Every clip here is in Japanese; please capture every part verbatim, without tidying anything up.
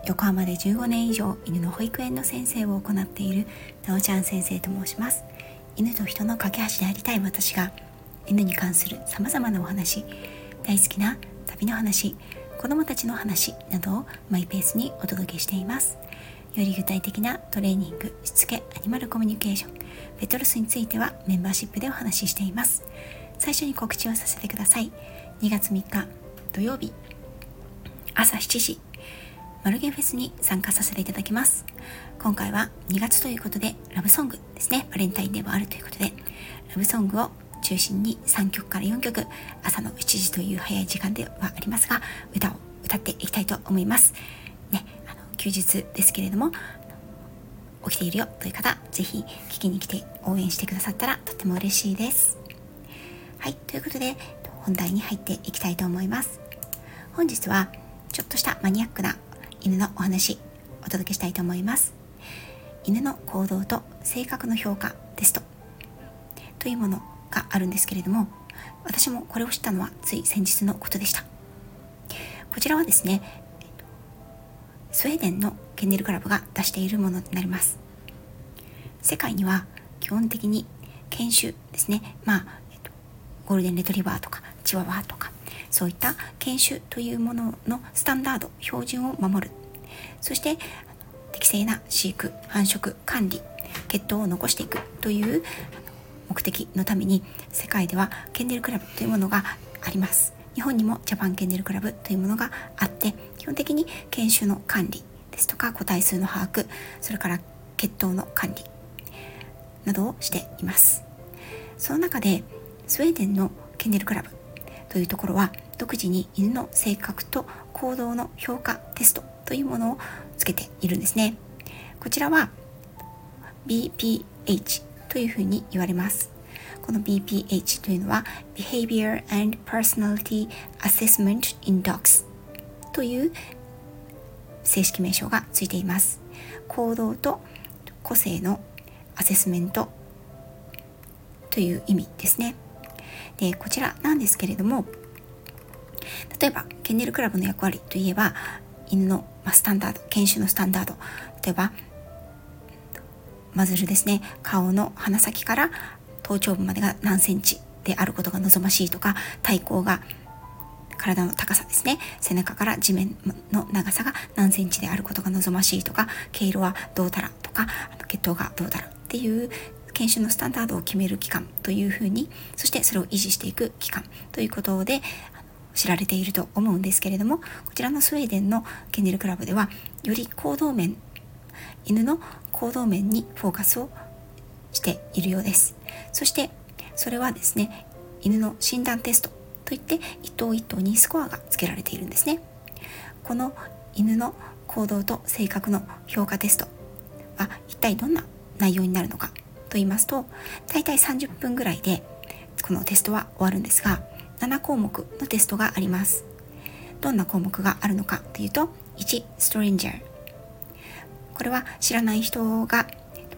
横浜でじゅうごねん以上犬の保育園の先生を行っているなおちゃん先生と申します。犬と人の架け橋でありたい私が、犬に関するさまざまなお話、大好きな旅の話、子どもたちの話などをマイペースにお届けしています。より具体的なトレーニング、しつけ、アニマルコミュニケーション、ペットロスについてはメンバーシップでお話ししています。最初に告知をさせてください。にがつみっか土曜日朝しちじ、マルゲンフェスに参加させていただきます。今回はにがつということでラブソングですね。バレンタインでもあるということで、ラブソングを中心にさんきょくからよんきょく、朝のしちじという早い時間ではありますが、歌を歌っていきたいと思いますね。あの休日ですけれども、起きているよという方、ぜひ聞きに来て応援してくださったらとても嬉しいです。はい、ということで本題に入っていきたいと思います。本日はちょっとしたマニアックな犬のお話お届けしたいと思います。犬の行動と性格の評価テストというものがあるんですけれども、私もこれを知ったのはつい先日のことでした。こちらはですね、スウェーデンのケンネルクラブが出しているものになります。世界には基本的に犬種ですね、まあ、えっと、ゴールデンレトリバーとかチワワとか、そういった犬種というもののスタンダード、標準を守る、そして適正な飼育、繁殖、管理、血統を残していくという目的のために、世界ではケンネルクラブというものがあります。日本にもジャパンケンネルクラブというものがあって、基本的に犬種の管理ですとか個体数の把握、それから血統の管理などをしています。その中でスウェーデンのケンネルクラブというところは、独自に犬の性格と行動の評価テストというものをつけているんですね。こちらは ビーピーエイチ というふうに言われます。この ビーピーエイチ というのは Behavior and Personality Assessment in Dogs という正式名称がついています。行動と個性のアセスメントという意味ですね。で、こちらなんですけれども、例えばケンネルクラブの役割といえば、犬のスタンダード、犬種のスタンダード、例えばマズルですね、顔の鼻先から頭頂部までが何センチであることが望ましいとか、体高が、体の高さですね、背中から地面の長さが何センチであることが望ましいとか、毛色はどうだらとか、血統がどうだらっていう犬種のスタンダードを決める機関というふうに、そしてそれを維持していく機関ということで知られていると思うんですけれども、こちらのスウェーデンのケンネルクラブでは、より行動面、犬の行動面にフォーカスをしているようです。そしてそれはですね、犬の診断テストといって、一頭一頭にスコアがつけられているんですね。この犬の行動と性格の評価テストは一体どんな内容になるのかと言いますと、だいたいさんじゅっぷんぐらいでこのテストは終わるんですが、ななこうもくのテストがあります。どんな項目があるのかというと、いち、ストレンジャー。これは知らない人が、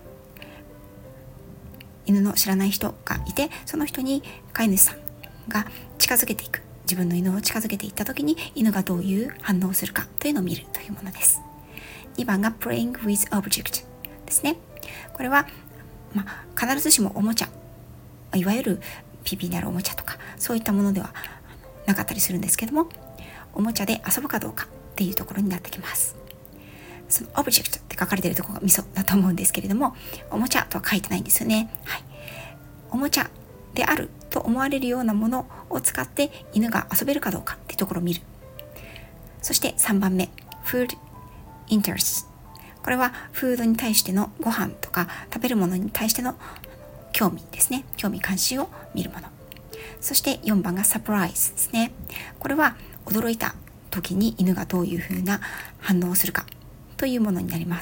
犬の知らない人がいて、その人に飼い主さんが近づけていく、自分の犬を近づけていった時に犬がどういう反応をするかというのを見るというものです。にばんが Playing with Object ですね。これは、まあ、必ずしもおもちゃ、いわゆるピーピーになるおもちゃとか、そういったものではなかったりするんですけども、おもちゃで遊ぶかどうかっていうところになってきます。そのオブジェクトって書かれているところがミソだと思うんですけれども、おもちゃとは書いてないんですよね。はい、おもちゃであると思われるようなものを使って犬が遊べるかどうかっていうところを見る。そしてさんばんめ、Food Interest。これはフードに対しての、ご飯とか食べるものに対しての興味ですね。興味関心を見るもの。そしてよんばんがサプライズですね。これは驚いた時に犬がどういうふうな反応をするかというものになります。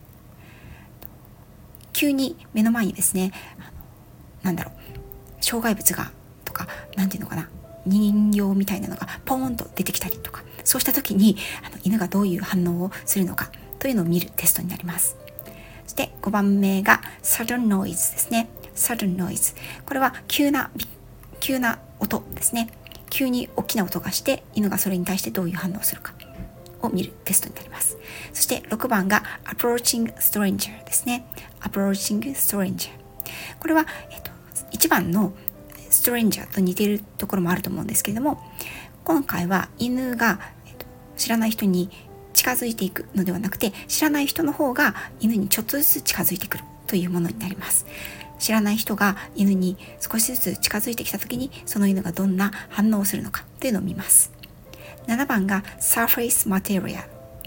急に目の前にですね、なんだろう、障害物がとか、なんていうのかな、人形みたいなのがポーンと出てきたりとか、そうした時にあの犬がどういう反応をするのかというのを見るテストになります。そしてごばんめが sudden noise ですね。sudden noise。これは急な急な音ですね。急に大きな音がして、犬がそれに対してどういう反応をするか。 を見るテストになります。そしてろくばんが Approaching Stranger ですね。Approaching Stranger。これは、えっと、いちばんの Stranger と似ているところもあると思うんですけれども、今回は犬が、えっと、知らない人に近づいていくのではなくて、知らない人の方が犬にちょっとずつ近づいてくるというものになります。知らない人が犬に少しずつ近づいてきたときに、その犬がどんな反応をするのかというのを見ます。ななばんが Surface Material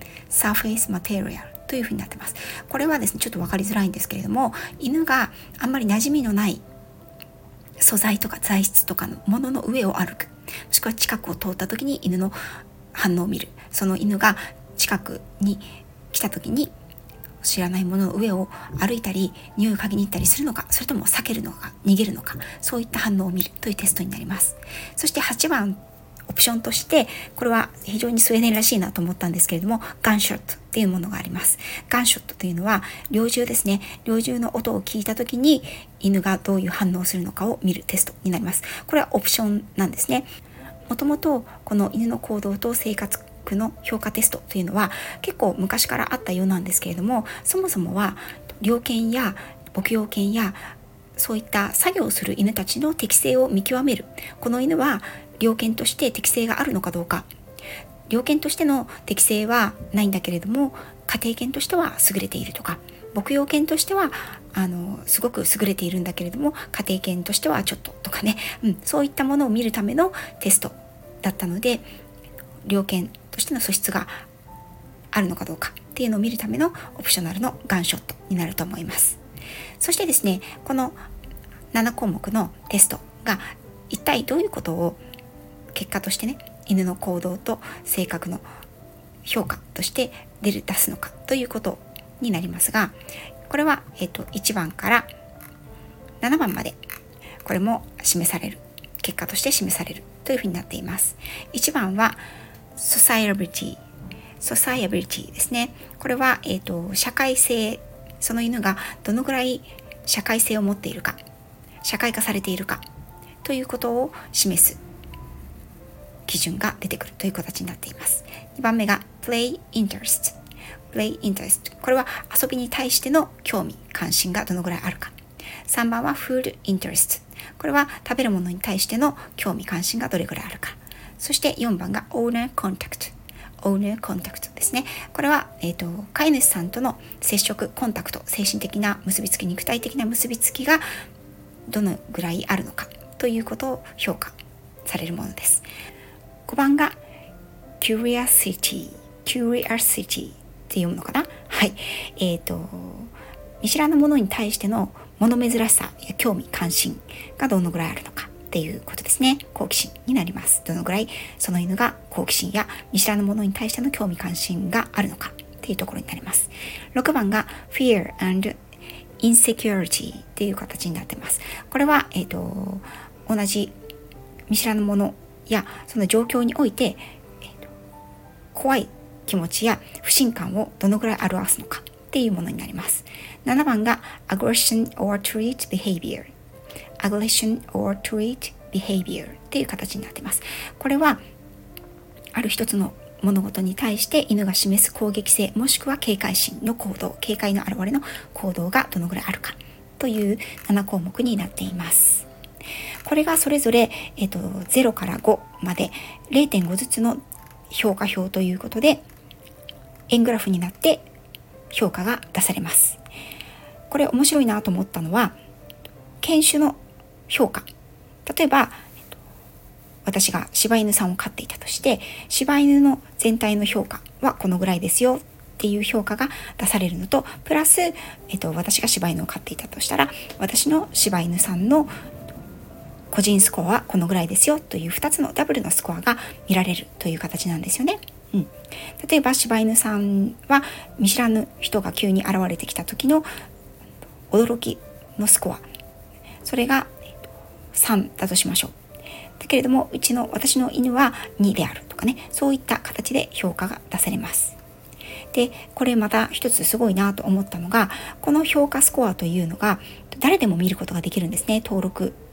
Surface Material というふうになってます。これはですね、ちょっと分かりづらいんですけれども、犬があんまり馴染みのない素材とか材質とかのものの上を歩く、もしくは近くを通った時に犬の反応を見る。その犬が近くに来た時に知らないものの上を歩いたり匂いを嗅ぎに行ったりするのか、それとも避けるのか逃げるのか、そういった反応を見るというテストになります。そしてはちばんオプションとして、これは非常にスウェーデンらしいなと思ったんですけれども、ガンショットっていうものがあります。ガンショットというのは猟銃ですね。猟銃の音を聞いた時に犬がどういう反応をするのかを見るテストになります。これはオプションなんですね。もともとこの犬の行動と生活の評価テストというのは結構昔からあったようなんですけれども、そもそもは猟犬や牧羊犬やそういった作業をする犬たちの適性を見極める。この犬は猟犬として適性があるのかどうか。猟犬としての適性はないんだけれども、家庭犬としては優れているとか、牧羊犬としてはあのすごく優れているんだけれども、家庭犬としてはちょっととかね、うん、そういったものを見るためのテストだったので、猟犬としての素質があるのかどうかっていうのを見るためのオプショナルのガンショットになると思います。そしてですね、このななこうもくのテストが一体どういうことを結果としてね、犬の行動と性格の評価として出る出すのかということになりますが、これは、えーと、いちばんからななばんまでこれも示される、結果として示されるというふうになっています。いちばんはSociability Sociability ですね。これは、えーと、社会性、その犬がどのぐらい社会性を持っているか、社会化されているかということを示す基準が出てくるという形になっています。にばんめが Play Interest Play Interest。 これは遊びに対しての興味関心がどのぐらいあるか。さんばんは Food Interest。 これは食べるものに対しての興味関心がどれぐらいあるか。そしてよんばんが Owner Contact Owner Contact ですね。これは、えーと、飼い主さんとの接触コンタクト、精神的な結びつき、肉体的な結びつきがどのぐらいあるのかということを評価されるものです。ごばんが Curiosity Curiosity っていうのかな。はい。えっと、見知らぬものに対しての物珍しさや興味関心がどのぐらいあるのかっていうことですね。好奇心になります。どのぐらいその犬が好奇心や見知らぬものに対しての興味関心があるのかっていうところになります。ろくばんが Fear and Insecurity っていう形になってます。これは、えっと、同じ見知らぬものやその状況において、えー、と怖い気持ちや不信感をどのぐらい表すのかっていうものになります。ななばんが Aggression or Treat Behavior Aggression or Treat Behavior っていう形になっています。これはある一つの物事に対して犬が示す攻撃性、もしくは警戒心の行動、警戒の表れの行動がどのぐらいあるかというななこうもくになっています。これがそれぞれ、えーと、ゼロからごまで れいてんご ずつの評価表ということで、円グラフになって評価が出されます。これ面白いなと思ったのは、犬種の評価。例えば、私が柴犬さんを飼っていたとして、柴犬の全体の評価はこのぐらいですよっていう評価が出されるのと、プラス、えっと、私が柴犬を飼っていたとしたら、私の柴犬さんの個人スコアはこのぐらいですよというふたつのダブルのスコアが見られるという形なんですよね。うん、例えば柴犬さんは見知らぬ人が急に現れてきた時の驚きのスコア、それがさんだとしましょう。だけれどもうちの私の犬はにであるとかね、そういった形で評価が出されます。で、これまた一つすごいなと思ったのが、この評価スコアというのが誰でも見ることができるんですね。登録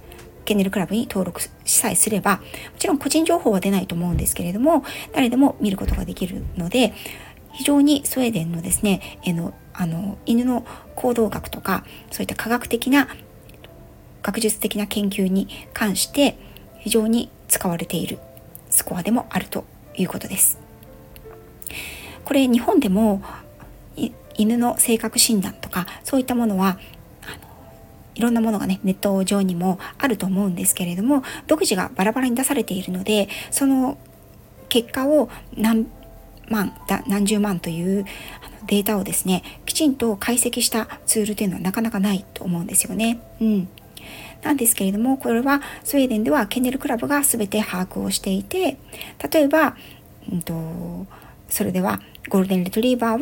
ケネルクラブに登録さえすれば、もちろん個人情報は出ないと思うんですけれども、誰でも見ることができるので、非常にスウェーデンのですね、えのあの犬の行動学とか、そういった科学的な学術的な研究に関して非常に使われているスコアでもあるということです。これ日本でも犬の性格診断とかそういったものは、あのいろんなものがねネット上にもあると思うんですけれども、独自がバラバラに出されているので、その結果を何万だ何十万というデータをですねきちんと解析したツールというのはなかなかないと思うんですよね。うんなんですけれども、これはスウェーデンではケネルクラブが全て把握をしていて、例えば、うんと、それではゴールデンレトリーバー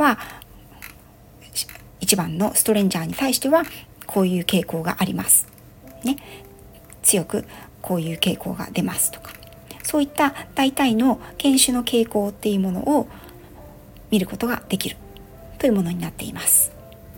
はいちばんのストレンジャーに対してはこういう傾向があります、ね、強くこういう傾向が出ますとか、そういった大体の犬種の傾向っていうものを見ることができるというものになっています。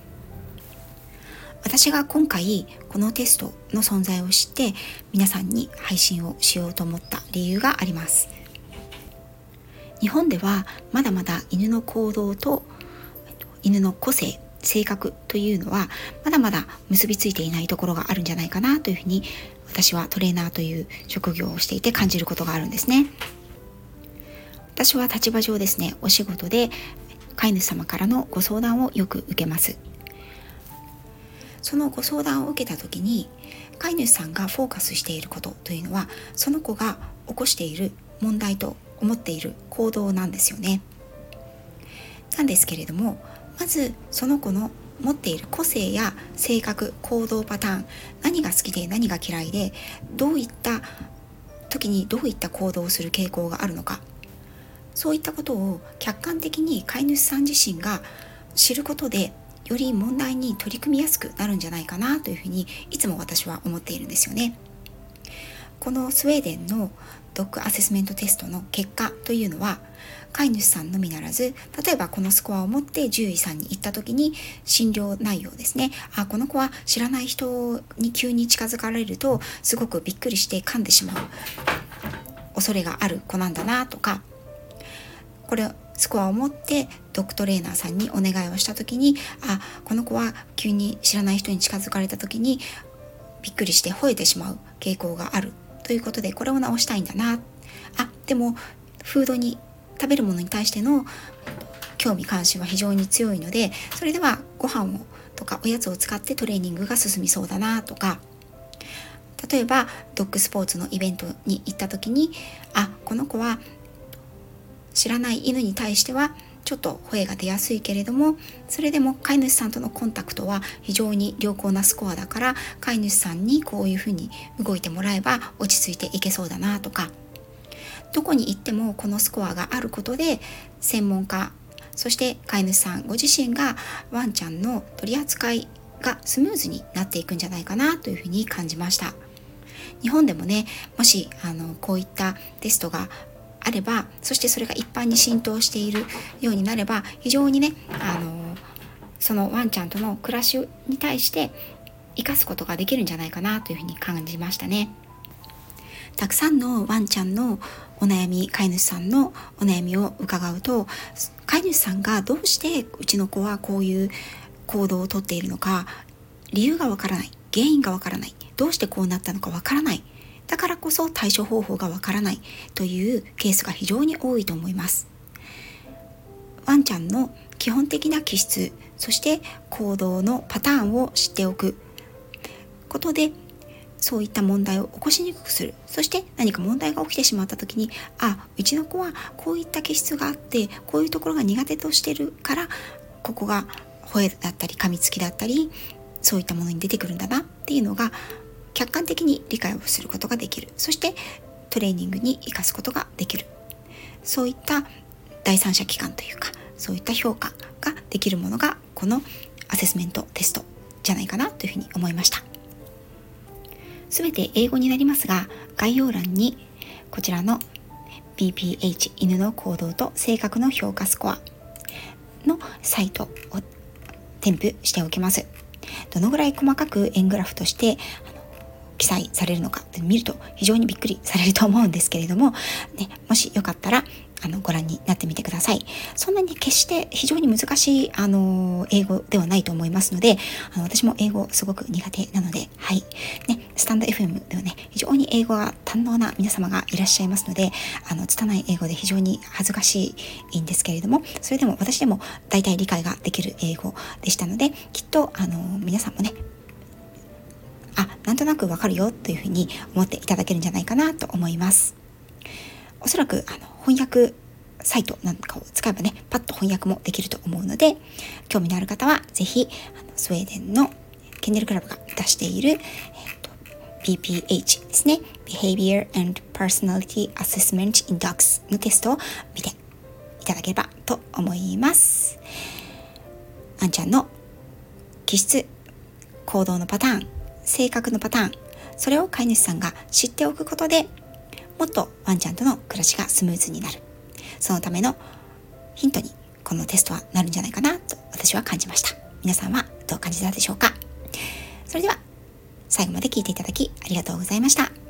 私が今回このテストの存在を知って皆さんに配信をしようと思った理由があります。日本ではまだまだ犬の行動と犬の個性、性格というのはまだまだ結びついていないところがあるんじゃないかなというふうに、私はトレーナーという職業をしていて感じることがあるんですね。私は立場上ですね、お仕事で飼い主様からのご相談をよく受けます。そのご相談を受けた時に、飼い主さんがフォーカスしていることというのは、その子が起こしている問題と思っている行動なんですよね。なんですけれども、まずその子の持っている個性や性格、行動パターン、何が好きで何が嫌いで、どういった時にどういった行動をする傾向があるのか、そういったことを客観的に飼い主さん自身が知ることで、より問題に取り組みやすくなるんじゃないかなというふうにいつも私は思っているんですよね。このスウェーデンのドッグアセスメントテストの結果というのは、飼い主さんのみならず、例えばこのスコアを持って獣医さんに行った時に診療内容ですね、あ、この子は知らない人に急に近づかれるとすごくびっくりして噛んでしまう恐れがある子なんだなとか、これスコアを持ってドッグトレーナーさんにお願いをした時に、あ、この子は急に知らない人に近づかれた時にびっくりして吠えてしまう傾向があるということで、これを直したいんだな。あ、でもフードに食べるものに対しての興味関心は非常に強いので、それではご飯をとかおやつを使ってトレーニングが進みそうだなとか、例えばドッグスポーツのイベントに行った時に、あ、この子は知らない犬に対してはちょっと声が出やすいけれども、それでも飼い主さんとのコンタクトは非常に良好なスコアだから、飼い主さんにこういうふうに動いてもらえば落ち着いていけそうだなとか、どこに行ってもこのスコアがあることで、専門家、そして飼い主さんご自身がワンちゃんの取り扱いがスムーズになっていくんじゃないかなというふうに感じました。日本でもね、もしあのこういったテストがあれば、そしてそれが一般に浸透しているようになれば、非常にね、あのそのワンちゃんとの暮らしに対して生かすことができるんじゃないかなというふうに感じましたね。たくさんのワンちゃんのお悩み、飼い主さんのお悩みを伺うと、飼い主さんがどうしてうちの子はこういう行動をとっているのか、理由がわからない、原因がわからない、どうしてこうなったのかわからない、だからこそ対処方法がわからないというケースが非常に多いと思います。ワンちゃんの基本的な気質、そして行動のパターンを知っておくことで、そういった問題を起こしにくくする。そして何か問題が起きてしまった時に、あ、うちの子はこういった気質があって、こういうところが苦手としてるから、ここが吠えだったり噛みつきだったり、そういったものに出てくるんだなっていうのが客観的に理解をすることができる。そしてトレーニングに生かすことができる。そういった第三者機関というか、そういった評価ができるものがこのアセスメントテストじゃないかなというふうに思いました。すべて英語になりますが、概要欄にこちらの ビーピーエイチ 犬の行動と性格の評価スコアのサイトを添付しておきます。どのぐらい細かく円グラフとして記載されるのか見ると非常にびっくりされると思うんですけれども、ね、もしよかったらあのご覧になってみてください。そんなに決して非常に難しいあの英語ではないと思いますので、あの私も英語すごく苦手なので、はいね、スタンド エフエム ではね非常に英語が堪能な皆様がいらっしゃいますので、あの拙い英語で非常に恥ずかしいんですけれども、それでも私でも大体理解ができる英語でしたので、きっとあの皆さんもね、あ、なんとなくわかるよというふうに思っていただけるんじゃないかなと思います。おそらくあの翻訳サイトなんかを使えばね、パッと翻訳もできると思うので、興味のある方はぜひあのスウェーデンのケンネルクラブが出している、えーと、ビーピーエイチ ですね、Behavior and Personality Assessment in Dogs のテストを見ていただければと思います。あんちゃんの気質、行動のパターン、性格のパターン、それを飼い主さんが知っておくことで、もっとワンちゃんとの暮らしがスムーズになる、そのためのヒントにこのテストはなるんじゃないかなと私は感じました。皆さんはどう感じたでしょうか。それでは最後まで聞いていただきありがとうございました。